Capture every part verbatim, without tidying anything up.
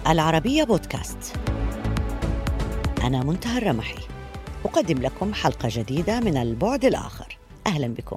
العربية بودكاست. أنا منتهى الرمحي، أقدم لكم حلقة جديدة من البعد الآخر. أهلا بكم.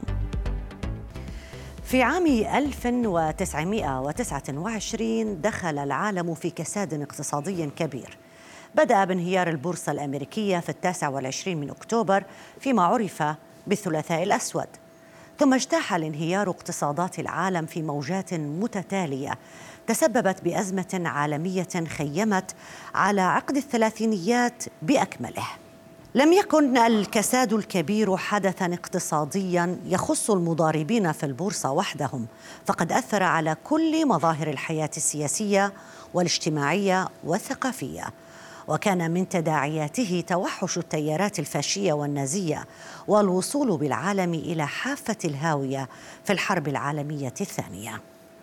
في عام ألف وتسعمائة وتسعة وعشرين دخل العالم في كساد اقتصادي كبير، بدأ بانهيار البورصة الأمريكية في التاسع والعشرين من أكتوبر فيما عرف بالثلاثاء الأسود، ثم اجتاح الانهيار اقتصادات العالم في موجات متتالية تسببت بأزمة عالمية خيمت على عقد الثلاثينيات بأكمله. لم يكن الكساد الكبير حدثاً اقتصادياً يخص المضاربين في البورصة وحدهم، فقد أثر على كل مظاهر الحياة السياسية والاجتماعية والثقافية، وكان من تداعياته توحش التيارات الفاشية والنازية والوصول بالعالم إلى حافة الهاوية في الحرب العالمية الثانية.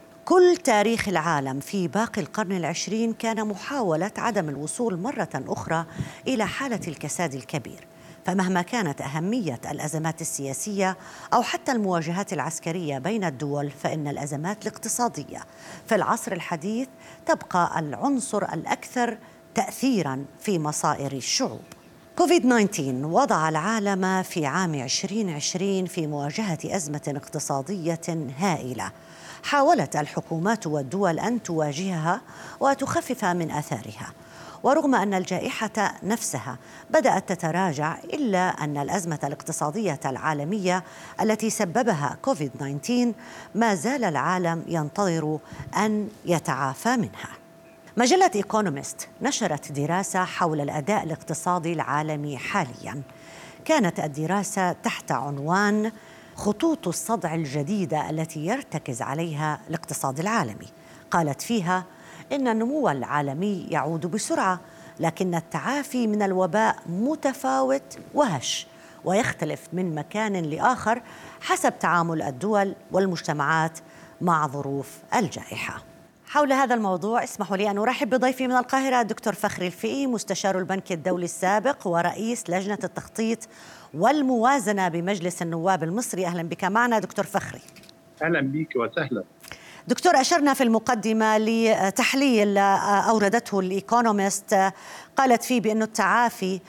كل تاريخ العالم في باقي القرن العشرين كان محاولة عدم الوصول مرة أخرى إلى حالة الكساد الكبير، فمهما كانت أهمية الأزمات السياسية أو حتى المواجهات العسكرية بين الدول، فإن الأزمات الاقتصادية في العصر الحديث تبقى العنصر الأكثر تأثيراً في مصائر الشعوب. كوفيد تسعة عشر وضع العالم في عام عشرين عشرين في مواجهة أزمة اقتصادية هائلة، حاولت الحكومات والدول أن تواجهها وتخفف من آثارها، ورغم أن الجائحة نفسها بدأت تتراجع، إلا أن الأزمة الاقتصادية العالمية التي سببها كوفيد تسعة عشر ما زال العالم ينتظر أن يتعافى منها. مجلة إيكونومست نشرت دراسة حول الأداء الاقتصادي العالمي حالياً. كانت الدراسة تحت عنوان خطوط الصدع الجديدة التي يرتكز عليها الاقتصاد العالمي. قالت فيها إن النمو العالمي يعود بسرعة، لكن التعافي من الوباء متفاوت وهش، ويختلف من مكان لآخر حسب تعامل الدول والمجتمعات مع ظروف الجائحة. حول هذا الموضوع اسمحوا لي أن أرحب بضيفي من القاهرة الدكتور فخري الفقي، مستشار البنك الدولي السابق ورئيس لجنة التخطيط والموازنة بمجلس النواب المصري. أهلا بك معنا دكتور فخري. أهلا بك وسهلا. دكتور، أشرنا في المقدمة لتحليل أوردته الإيكونومست قالت فيه بأن التعافي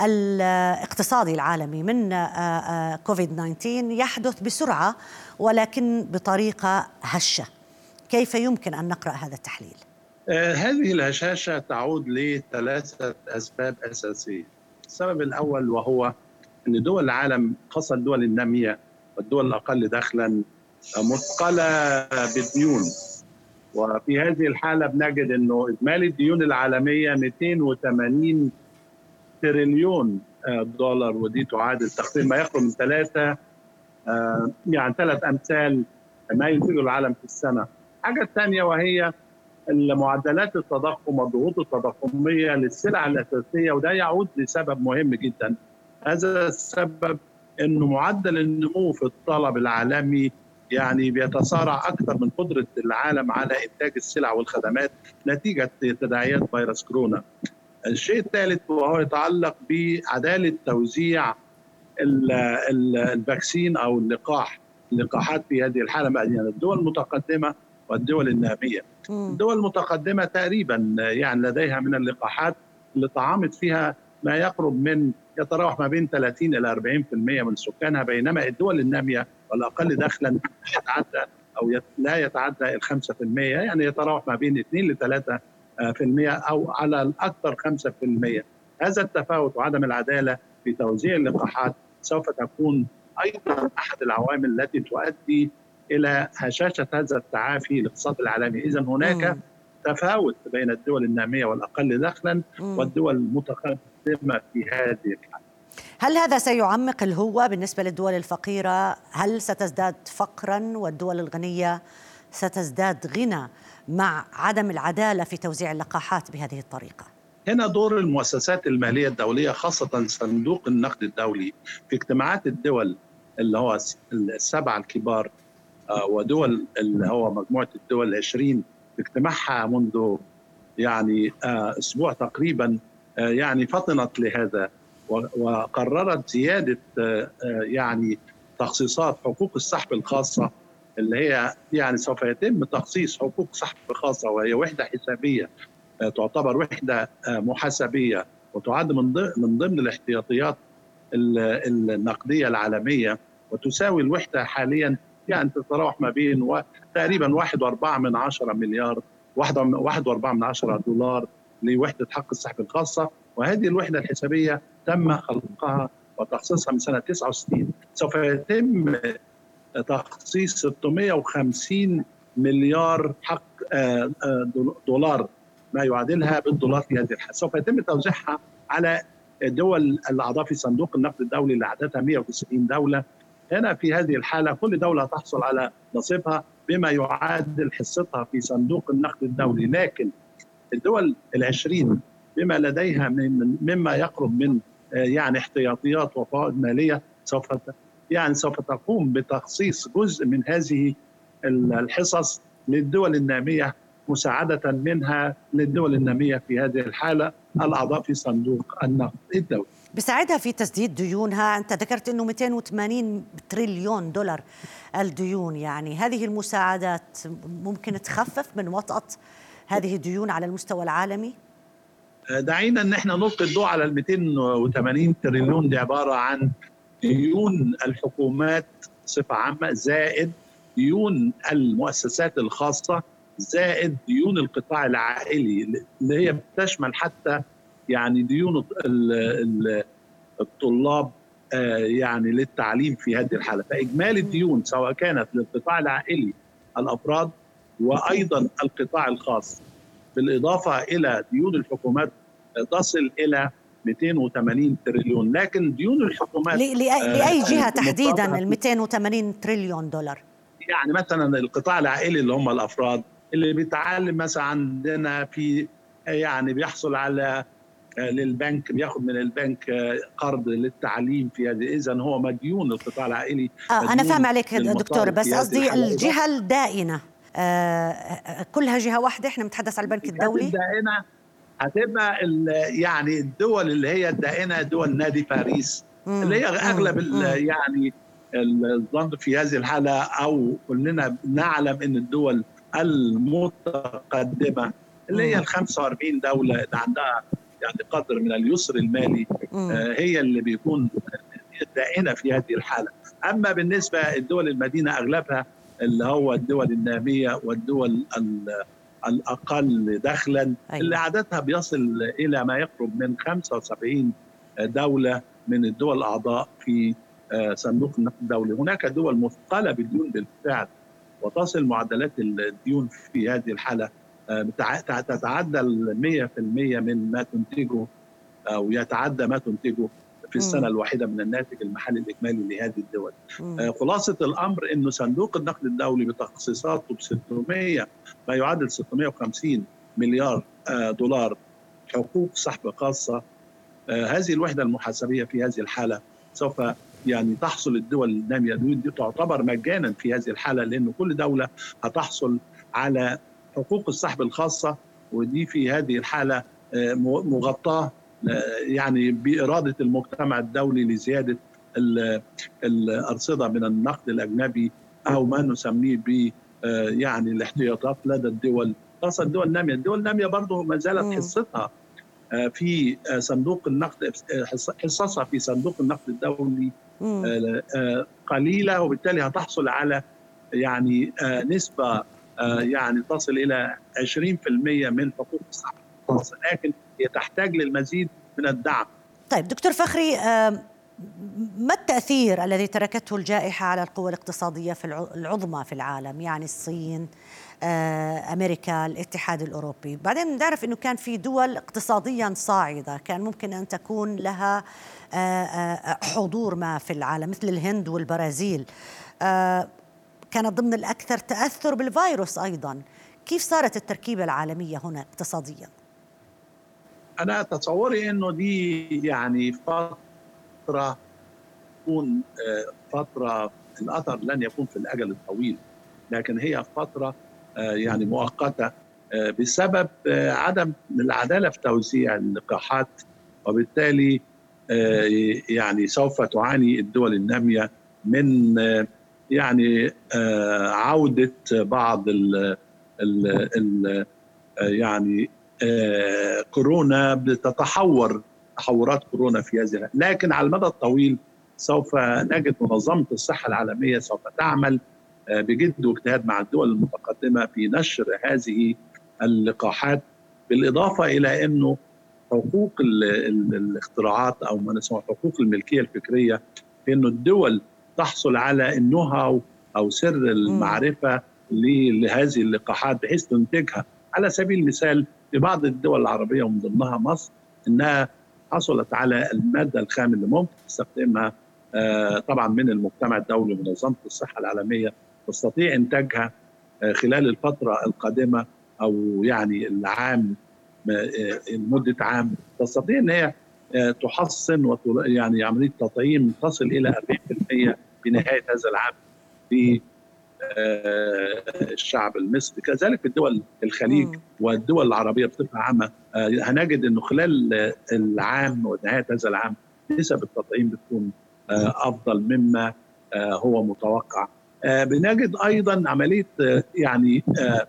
الاقتصادي العالمي من كوفيد تسعة عشر يحدث بسرعة ولكن بطريقة هشة. كيف يمكن أن نقرأ هذا التحليل؟ آه هذه الهشاشة تعود لثلاثة أسباب أساسية. السبب الأول وهو أن دول العالم خاصة الدول النامية والدول الأقل دخلا مثقلة بالديون، وفي هذه الحالة بنجد أنه إجمالي الديون العالمية مئتين وثمانين تريليون دولار، ودي تعادل تقريبا ما يقرب من ثلاثة آه يعني ثلاث أمثال ما ينتجه العالم في السنة. الحاجة الثانية وهي المعدلات التضخم والضغوط التضخمية للسلع الأساسية، وده يعود لسبب مهم جدا. هذا السبب أنه معدل النمو في الطلب العالمي يعني بيتسارع أكثر من قدرة العالم على إنتاج السلع والخدمات نتيجة تداعيات فيروس كورونا. الشيء الثالث وهو يتعلق بعدالة توزيع الفاكسين أو اللقاح اللقاحات في هذه الحالة، يعني الدول المتقدمة والدول النامية. الدول المتقدمة تقريبا يعني لديها من اللقاحات اللي طعمت فيها ما يقرب من يتراوح ما بين ثلاثين إلى أربعين بالمئة من سكانها، بينما الدول النامية والأقل دخلا يتعدى أو لا يتعدى الخمسة في المئة، يعني يتراوح ما بين اثنين لثلاثة في المئة أو على الأكثر خمسة في المئة. هذا التفاوت وعدم العدالة في توزيع اللقاحات سوف تكون أيضا أحد العوامل التي تؤدي إلى هشاشة هذا التعافي الاقتصادي العالمي. إذن هناك مم. تفاوت بين الدول النامية والأقل دخلا مم. والدول المتقدمة في هذه الحالة. هل هذا سيعمق الهوة بالنسبة للدول الفقيرة؟ هل ستزداد فقرا والدول الغنية ستزداد غنى مع عدم العدالة في توزيع اللقاحات بهذه الطريقة؟ هنا دور المؤسسات المالية الدولية خاصة صندوق النقد الدولي في اجتماعات الدول اللي هو السبعة الكبار ودول اللي هو مجموعة الدول العشرين، في اجتماعها منذ يعني أسبوع تقريبا يعني فطنت لهذا وقررت زيادة يعني تخصيصات حقوق السحب الخاصة، اللي هي يعني سوف يتم تخصيص حقوق سحب خاصة وهي وحدة حسابية تعتبر وحدة محاسبية وتعد من من ضمن الاحتياطيات النقدية العالمية، وتساوي الوحدة حاليا يعني تتراوح ما بين تقريبا واحد وأربعة من عشرة مليار واحد وأربعة من عشرة دولار لوحدة حق السحب الخاصة. وهذه الوحدة الحسابية تم خلقها وتخصيصها من سنة تسعة وستين. سوف يتم تخصيص ستمائة وخمسين مليار حق دولار ما يعادلها بالدولار في هذه الحالة، سوف يتم توزيعها على الدول الأعضاء في صندوق النقد الدولي اللي عددها مائة وتسعين دولة. هنا في هذه الحالة كل دولة تحصل على نصيبها بما يعادل حصتها في صندوق النقد الدولي، لكن الدول العشرين بما لديها مما يقرب من يعني احتياطيات وفوائد مالية سوف يعني سوف تقوم بتخصيص جزء من هذه الحصص للدول النامية مساعدة منها للدول النامية في هذه الحالة الأعضاء في صندوق النقد الدولي. بساعدها في تسديد ديونها. أنت ذكرت أنه مئتين وثمانين تريليون دولار الديون، يعني هذه المساعدات ممكن تخفف من وطأة هذه الديون على المستوى العالمي؟ دعينا أن احنا نلقي الضوء على ال مئتين وثمانين تريليون. دي عبارة عن ديون الحكومات صفة عامة زائد ديون المؤسسات الخاصة زائد ديون القطاع العائلي اللي هي بتشمل حتى يعني ديون الطلاب يعني للتعليم في هذه الحالة. فإجمالي الديون سواء كانت للقطاع العائلي الأفراد وأيضا القطاع الخاص بالإضافة إلى ديون الحكومات تصل إلى مئتين وثمانين تريليون. لكن ديون الحكومات لأي جهة تحديدا ال مئتين وثمانين تريليون دولار؟ يعني مثلا القطاع العائلي اللي هم الأفراد اللي بيتعلم مثلا عندنا في يعني بيحصل على للبنك بياخد من البنك قرض للتعليم في هذه، إذن هو مديون القطاع العائلي. آه أنا فاهم عليك دكتور، بس قصدي الجهة الدائنة آه كلها جهة واحدة. احنا بنتحدث على البنك الدولي. الدائنة هتبقى يعني الدول اللي هي الدائنة دول نادي باريس مم. اللي هي أغلب مم. يعني الظن في هذه الحالة، أو كلنا نعلم أن الدول المتقدمة اللي هي ال خمسة وأربعين دولة اللي عندها يعني قدر من اليسر المالي آه هي اللي بيكون دائنة في هذه الحالة. أما بالنسبة للدول المدينة أغلبها اللي هو الدول النامية والدول الأقل دخلا أيوة. اللي عددها بيصل إلى ما يقرب من خمسة وسبعين دولة من الدول الأعضاء في صندوق النقد الدولي. هناك دول مثقلة بالديون بالفعل وتصل معدلات الديون في هذه الحالة تتعدى مئة بالمئة من ما تنتجه أو يتعدى ما تنتجه في السنة الواحدة من الناتج المحلي الإجمالي لهذه الدول. مم. خلاصة الأمر أنه صندوق النقد الدولي بتخصيصاته ب ستمائة ما يعادل ستمائة وخمسين مليار دولار حقوق سحب خاصة. هذه الوحدة المحاسبية في هذه الحالة سوف يعني تحصل الدول النامية دي تعتبر مجانا في هذه الحالة، لأن كل دولة هتحصل على حقوق السحب الخاصة، ودي في هذه الحالة مغطاة يعني بإرادة المجتمع الدولي لزيادة الأرصدة من النقد الأجنبي أو ما نسميه ب يعني الاحتياطات لدى الدول، خاصة الدول النامية. الدول النامية برضه ما زالت حصتها في صندوق النقد حصصها في صندوق النقد الدولي قليلة، وبالتالي هتحصل على يعني نسبة يعني تصل إلى عشرين بالمئة من حقوق السحب الخاصة، لكن هي تحتاج للمزيد من الدعم. طيب دكتور فخري، ما التأثير الذي تركته الجائحة على القوى الاقتصادية في العظمى في العالم، يعني الصين، أمريكا، الاتحاد الأوروبي؟ بعدين نعرف أنه كان في دول اقتصاديا صاعدة كان ممكن أن تكون لها حضور ما في العالم مثل الهند والبرازيل، كانت ضمن الأكثر تأثر بالفيروس أيضا. كيف صارت التركيبة العالمية هنا اقتصاديا؟ أنا تصوري أنه دي يعني فترة تكون فترة الأثر لن يكون في الأجل الطويل، لكن هي فترة يعني مؤقتة بسبب عدم العدالة في توزيع اللقاحات، وبالتالي يعني سوف تعاني الدول النامية من يعني عودة بعض ال ال ال يعني كورونا بتتحور تحورات كورونا في هذه، لكن على المدى الطويل سوف نجد منظمة الصحة العالمية سوف تعمل بجد واجتهاد مع الدول المتقدمة في نشر هذه اللقاحات، بالإضافة إلى أنه حقوق الاختراعات أو ما نسمى حقوق الملكية الفكرية، في أنه الدول تحصل على النو هاو أو سر المعرفة لهذه اللقاحات بحيث تنتجها. على سبيل المثال في بعض الدول العربية ومن ضمنها مصر أنها حصلت على المادة الخام اللي ممكن تستخدمها طبعا من المجتمع الدولي ومنظمة الصحة العالمية، تستطيع إنتاجها خلال الفترة القادمة أو يعني العام لمدة عام، تستطيع أن هي تحصن يعني عملية تطعيم تصل إلى أربعين بالمئة بنهاية هذا العام في الشعب المصري. كذلك في الدول الخليج والدول العربية بصفة عامة هنجد أنه خلال العام ونهاية هذا العام نسب التطعيم بتكون أفضل مما هو متوقع. بنجد أيضا عملية يعني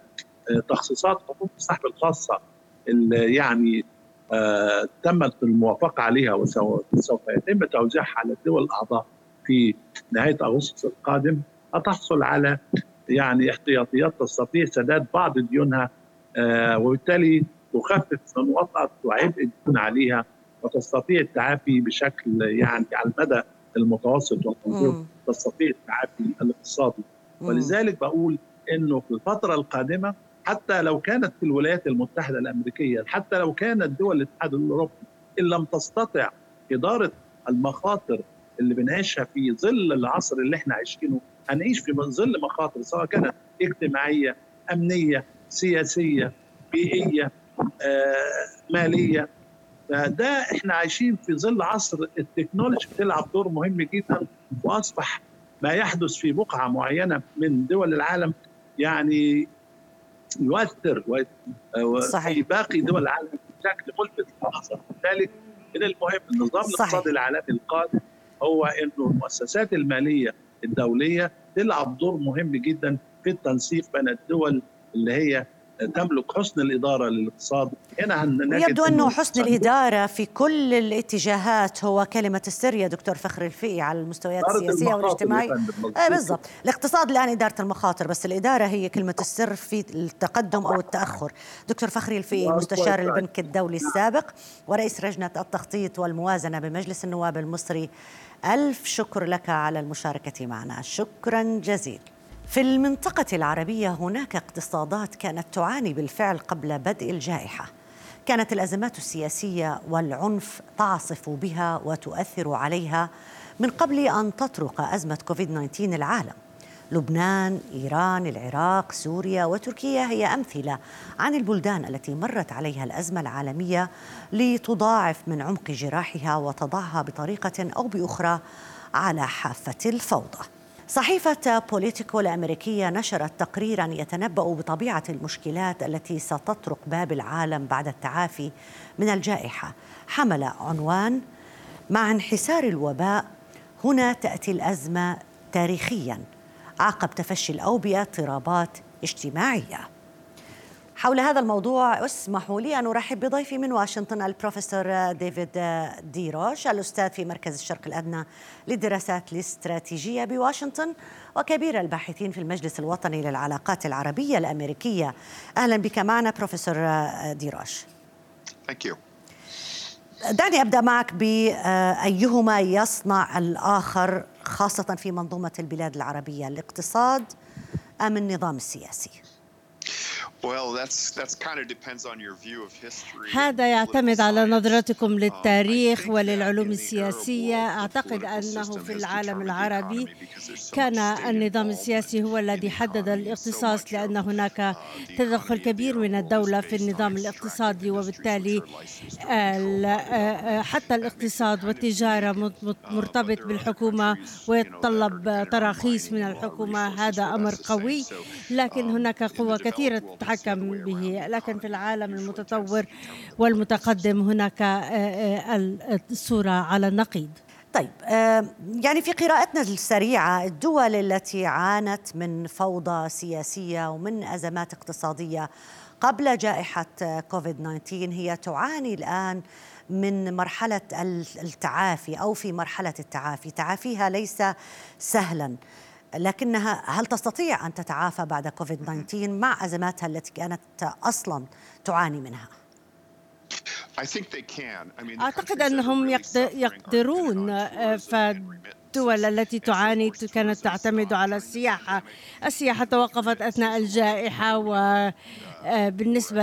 تخصيصات حقوق السحب الخاصة اللي يعني تمت الموافقة عليها وسوف يتم توزيعها على الدول الأعضاء في نهاية أغسطس القادم، هتحصل على يعني احتياطيات تستطيع سداد بعض ديونها وبالتالي تخفف من وطأة وعبء الديون عليها وتستطيع التعافي بشكل يعني على المدى المتوسط والقصير، تستطيع التعافي الاقتصادي. ولذلك بقول انه في الفتره القادمه حتى لو كانت في الولايات المتحده الامريكيه، حتى لو كانت دول الاتحاد الاوروبي ان لم تستطع اداره المخاطر اللي بنعيشها في ظل العصر اللي احنا عايشينه، هنعيش في ظل مخاطر سواء كانت اجتماعيه، امنيه، سياسيه، بيئيه، آه، ماليه. فده احنا عايشين في ظل عصر التكنولوجيا بتلعب دور مهم جدا، واصبح ما يحدث في بقعه معينه من دول العالم يعني يؤثر في باقي دول العالم بشكل ملفت للنظر. لذلك من المهم النظام الاقتصادي العالمي القادم هو انه المؤسسات الماليه الدوليه تلعب دور مهم جدا في التنسيق بين الدول اللي هي تملك حسن الإدارة للاقتصاد. هنا يبدو أنه حسن الإدارة في كل الاتجاهات هو كلمة السر يا دكتور فخر الفقي على المستويات السياسية والاجتماعية. آه بالضبط، الاقتصاد الآن إدارة المخاطر، بس الإدارة هي كلمة السر في التقدم أو التأخر. دكتور فخر الفقي مستشار البنك الدولي السابق ورئيس لجنة التخطيط والموازنة بمجلس النواب المصري، ألف شكر لك على المشاركة معنا، شكرا جزيلا. في المنطقة العربية هناك اقتصادات كانت تعاني بالفعل قبل بدء الجائحة، كانت الأزمات السياسية والعنف تعصف بها وتؤثر عليها من قبل أن تطرق أزمة كوفيد تسعة عشر العالم. لبنان، إيران، العراق، سوريا وتركيا هي أمثلة عن البلدان التي مرت عليها الأزمة العالمية لتضاعف من عمق جراحها وتضعها بطريقة أو بأخرى على حافة الفوضى. صحيفة بوليتيكو الأمريكية نشرت تقريراً يتنبأ بطبيعة المشكلات التي ستطرق باب العالم بعد التعافي من الجائحة، حمل عنوان مع انحسار الوباء هنا تأتي الأزمة تاريخياً عقب تفشي الأوبئة اضطرابات اجتماعية. حول هذا الموضوع اسمحوا لي أن أرحب بضيفي من واشنطن البروفيسور ديفيد ديروش، الأستاذ في مركز الشرق الأدنى للدراسات الاستراتيجية بواشنطن وكبير الباحثين في المجلس الوطني للعلاقات العربية الأمريكية. أهلا بك معنا بروفيسور ديروش. Thank you. دعني أبدأ معك بأيهما يصنع الآخر خاصة في منظومة البلاد العربية، الاقتصاد أم النظام السياسي؟ هذا يعتمد على نظرتكم للتاريخ وللعلوم السياسية. أعتقد أنه في العالم العربي كان النظام السياسي هو الذي حدد الاقتصاد، لأن هناك تدخل كبير من الدولة في النظام الاقتصادي، وبالتالي حتى الاقتصاد والتجارة مرتبط بالحكومة ويتطلب تراخيص من الحكومة. هذا أمر قوي، لكن هناك قوة كثيرة تتحكم به. لكن في العالم المتطور والمتقدم هناك الصورة على النقيض. طيب، يعني في قراءتنا السريعة الدول التي عانت من فوضى سياسية ومن أزمات اقتصادية قبل جائحة كوفيد تسعة عشر هي تعاني الآن من مرحلة التعافي أو في مرحلة التعافي. تعافيها ليس سهلا، لكنها هل تستطيع أن تتعافى بعد كوفيد تسعة عشر مع أزماتها التي كانت أصلا تعاني منها؟ أعتقد أنهم يقدرون. فالدول التي تعاني كانت تعتمد على السياحة السياحة توقفت أثناء الجائحة، وبالنسبة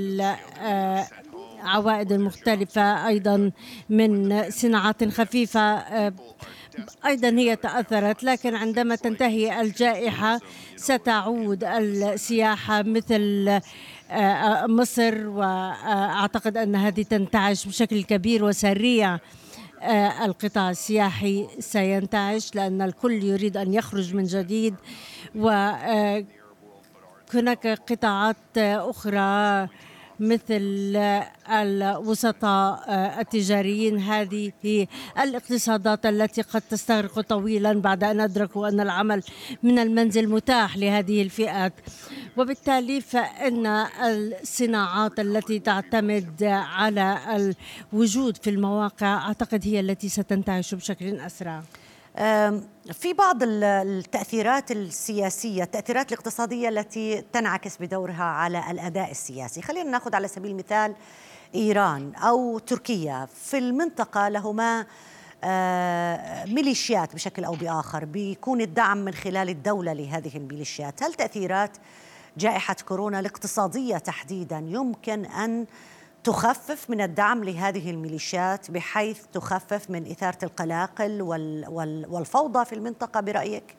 للعوائد المختلفة أيضا من صناعات خفيفة أيضا هي تأثرت. لكن عندما تنتهي الجائحة ستعود السياحة مثل مصر، وأعتقد أن هذه تنتعش بشكل كبير وسريع. القطاع السياحي سينتعش لأن الكل يريد أن يخرج من جديد، وهناك قطاعات أخرى مثل الوسطاء التجاريين. هذه هي الاقتصادات التي قد تستغرق طويلا بعد أن أدركوا أن العمل من المنزل متاح لهذه الفئات، وبالتالي فإن الصناعات التي تعتمد على الوجود في المواقع أعتقد هي التي ستنتعش بشكل أسرع. في بعض التأثيرات السياسية، التأثيرات الاقتصادية التي تنعكس بدورها على الأداء السياسي. خلينا نأخذ على سبيل المثال إيران أو تركيا. في المنطقة لهما ميليشيات بشكل أو بآخر، بيكون الدعم من خلال الدولة لهذه الميليشيات. هل تأثيرات جائحة كورونا الاقتصادية تحديدا يمكن أن تخفف من الدعم لهذه الميليشيات بحيث تخفف من إثارة القلاقل والفوضى في المنطقة برأيك؟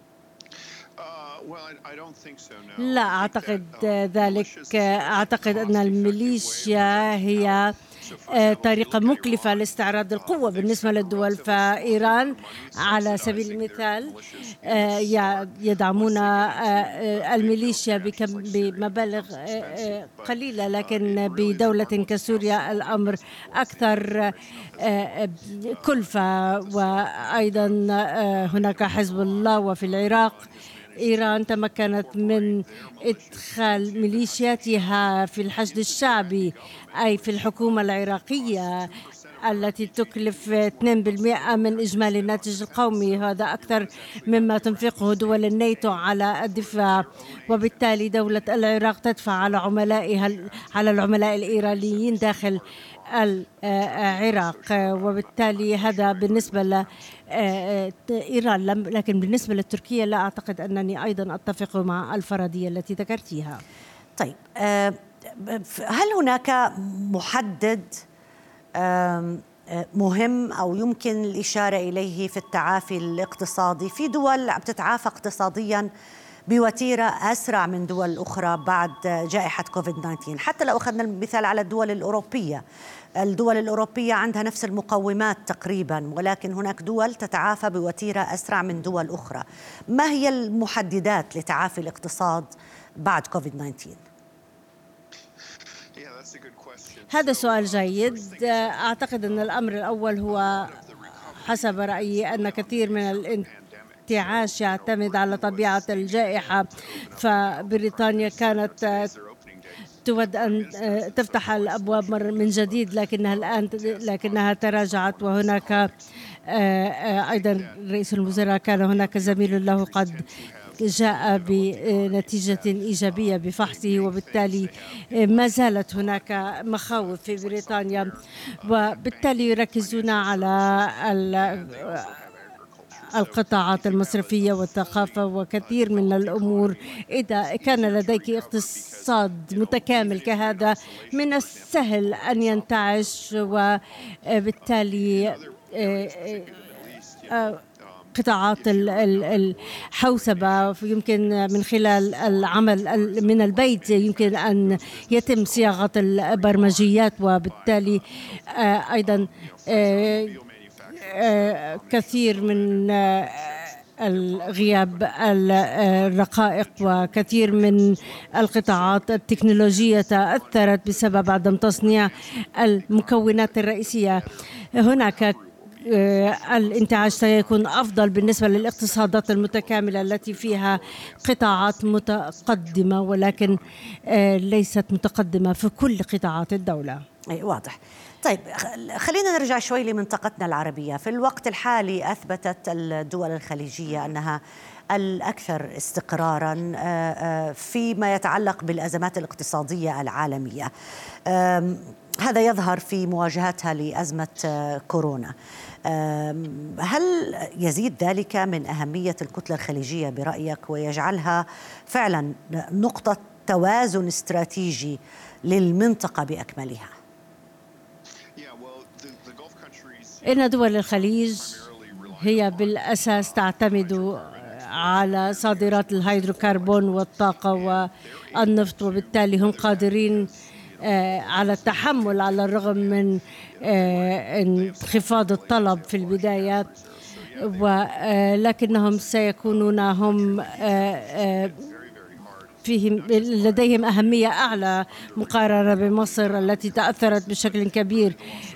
لا أعتقد ذلك. أعتقد أن الميليشيا هي طريقة مكلفة لاستعراض القوة بالنسبة للدول. فإيران على سبيل المثال يدعمون الميليشيا بمبالغ قليلة، لكن بدولة كسوريا الأمر أكثر كلفة. وأيضا هناك حزب الله. وفي العراق إيران تمكنت من إدخال ميليشياتها في الحشد الشعبي، أي في الحكومة العراقية التي تكلف اثنين بالمئة من إجمالي الناتج القومي. هذا أكثر مما تنفقه دول الناتو على الدفاع، وبالتالي دولة العراق تدفع على عملائها على العملاء الإيرانيين داخل العراق. وبالتالي هذا بالنسبة لإيران. لكن بالنسبة لتركيا لا أعتقد أنني أيضا أتفق مع الفرضية التي ذكرتيها. طيب، هل هناك محدد مهم أو يمكن الإشارة إليه في التعافي الاقتصادي؟ في دول بتتعافى اقتصاديا بوتيرة أسرع من دول أخرى بعد جائحة كوفيد تسعة عشر. حتى لو أخذنا المثال على الدول الأوروبية، الدول الأوروبية عندها نفس المقومات تقريبا، ولكن هناك دول تتعافى بوتيرة أسرع من دول أخرى. ما هي المحددات لتعافي الاقتصاد بعد كوفيد تسعة عشر؟ هذا سؤال جيد. أعتقد أن الأمر الأول هو حسب رأيي أن كثير من الانتعاش يعتمد على طبيعة الجائحة. فبريطانيا كانت تود أن تفتح الأبواب من جديد، لكنها الآن لكنها تراجعت. وهناك أيضا رئيس الوزراء كان هناك زميل له قد جاء بنتيجة إيجابية بفحصه، وبالتالي ما زالت هناك مخاوف في بريطانيا، وبالتالي يركزون على القطاعات المصرفية والثقافة وكثير من الأمور. إذا كان لديك اقتصاد متكامل كهذا من السهل أن ينتعش، وبالتالي قطاعات الحوسبة يمكن من خلال العمل من البيت يمكن أن يتم صياغة البرمجيات، وبالتالي أيضا كثير من الغياب الرقائق وكثير من القطاعات التكنولوجية تأثرت بسبب عدم تصنيع المكونات الرئيسية. هناك الانتعاش سيكون أفضل بالنسبة للاقتصادات المتكاملة التي فيها قطاعات متقدمة، ولكن ليست متقدمة في كل قطاعات الدولة. أي واضح. طيب خلينا نرجع شوي لمنطقتنا العربية. في الوقت الحالي أثبتت الدول الخليجية أنها الأكثر استقراراً فيما يتعلق بالأزمات الاقتصادية العالمية. هذا يظهر في مواجهتها لأزمة كورونا. هل يزيد ذلك من أهمية الكتلة الخليجية برأيك ويجعلها فعلاً نقطة توازن استراتيجي للمنطقة بأكملها؟ إن دول الخليج هي بالأساس تعتمد على صادرات الهيدروكربون والطاقة والنفط، وبالتالي هم قادرين على التحمل على الرغم من انخفاض الطلب في البداية، ولكنهم سيكونون هم فيهم لديهم أهمية أعلى مقارنة بمصر التي تأثرت بشكل كبير،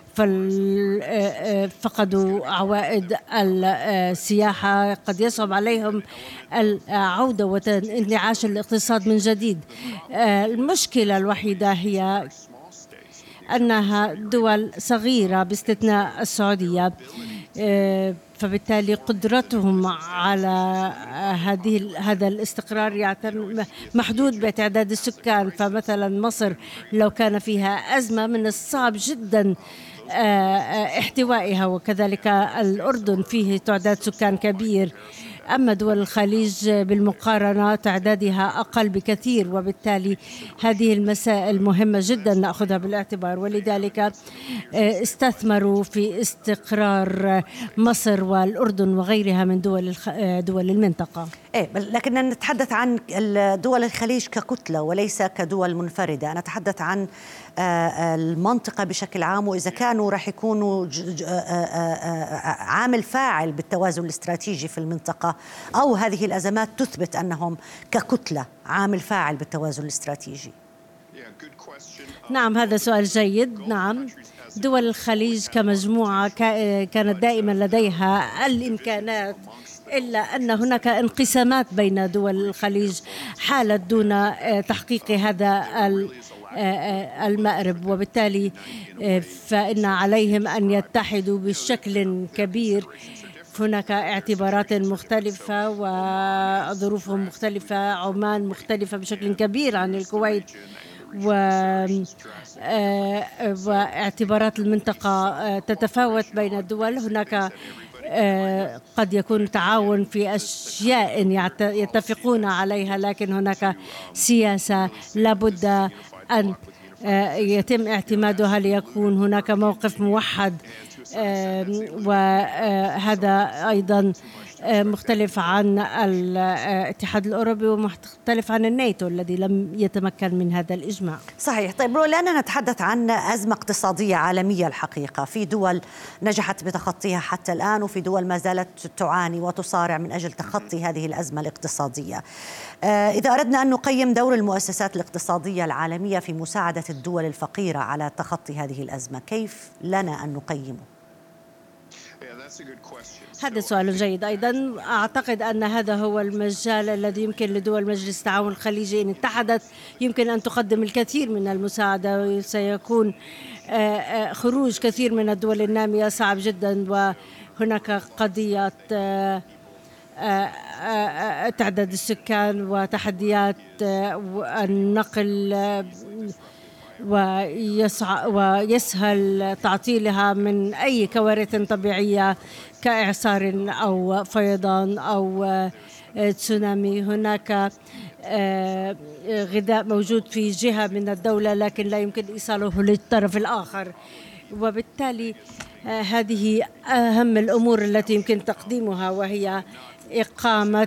فقدوا عوائد السياحة. قد يصعب عليهم العودة وانتعاش الاقتصاد من جديد. المشكلة الوحيدة هي أنها دول صغيرة باستثناء السعودية، فبالتالي قدرتهم على هذه هذا الاستقرار يعتمد محدود بتعداد السكان. فمثلا مصر لو كان فيها أزمة من الصعب جدا احتوائها، وكذلك الأردن فيه تعداد سكان كبير. أما دول الخليج بالمقارنة تعدادها أقل بكثير، وبالتالي هذه المسائل مهمة جدا نأخذها بالاعتبار، ولذلك استثمروا في استقرار مصر والأردن وغيرها من دول دول المنطقة. إيه، لكن نتحدث عن دول الخليج ككتلة وليس كدول منفردة. نتحدث عن المنطقة بشكل عام، وإذا كانوا راح يكونوا عامل فاعل بالتوازن الاستراتيجي في المنطقة، أو هذه الأزمات تثبت أنهم ككتلة عامل فاعل بالتوازن الاستراتيجي. نعم، هذا سؤال جيد. نعم، دول الخليج كمجموعة كانت دائما لديها الإمكانات، إلا أن هناك انقسامات بين دول الخليج حالت دون تحقيق هذا المأرب، وبالتالي فإن عليهم أن يتحدوا بشكل كبير. هناك اعتبارات مختلفة وظروفهم مختلفة. عمان مختلفة بشكل كبير عن الكويت، واعتبارات المنطقة تتفاوت بين الدول. هناك قد يكون تعاون في أشياء يتفقون عليها، لكن هناك سياسة لابد أن يتم اعتمادها ليكون هناك موقف موحد، وهذا أيضا مختلف عن الاتحاد الأوروبي ومختلف عن الناتو الذي لم يتمكن من هذا الإجماع. صحيح. طيب لأننا نتحدث عن أزمة اقتصادية عالمية الحقيقة، في دول نجحت بتخطيها حتى الآن، وفي دول ما زالت تعاني وتصارع من أجل تخطي هذه الأزمة الاقتصادية. إذا أردنا أن نقيم دور المؤسسات الاقتصادية العالمية في مساعدة الدول الفقيرة على تخطي هذه الأزمة، كيف لنا أن نقيمه؟ هذا سؤال جيد أيضا. أعتقد أن هذا هو المجال الذي يمكن لدول مجلس التعاون الخليجي إن اتحدت يمكن أن تقدم الكثير من المساعدة، وسيكون خروج كثير من الدول النامية صعب جدا. وهناك قضية تعداد السكان وتحديات النقل، ويسهل تعطيلها من أي كوارث طبيعية كإعصار أو فيضان أو تسونامي. هناك غذاء موجود في جهة من الدولة لكن لا يمكن إيصاله للطرف الآخر، وبالتالي هذه أهم الأمور التي يمكن تقديمها، وهي إقامة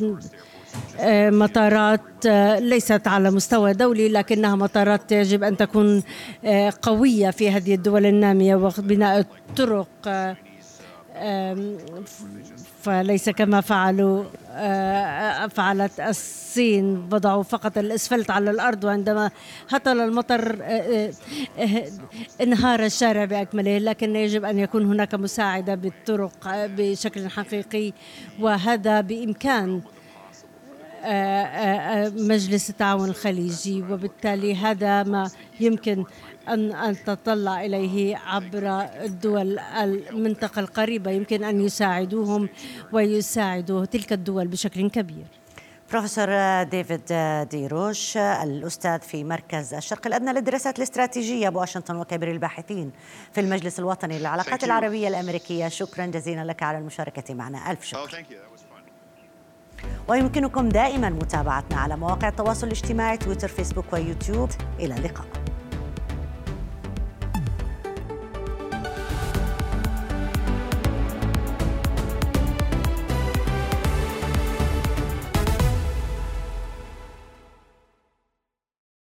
مطارات ليست على مستوى دولي لكنها مطارات يجب أن تكون قوية في هذه الدول النامية، وبناء الطرق فليس كما فعلوا فعلت الصين، وضعوا فقط الأسفلت على الأرض، وعندما هطل المطر انهار الشارع بأكمله. لكن يجب أن يكون هناك مساعدة بالطرق بشكل حقيقي، وهذا بإمكان مجلس التعاون الخليجي، وبالتالي هذا ما يمكن أن تطلع إليه عبر الدول المنطقة القريبة. يمكن أن يساعدوهم ويساعدوا تلك الدول بشكل كبير. بروفيسور ديفيد ديروش، الأستاذ في مركز الشرق الأدنى للدراسات الاستراتيجية بواشنطن وكبير الباحثين في المجلس الوطني للعلاقات العربية الأمريكية، شكرا جزيلا لك على المشاركة معنا. ألف شكر. ويمكنكم دائما متابعتنا على مواقع التواصل الاجتماعي تويتر، فيسبوك ويوتيوب. إلى اللقاء.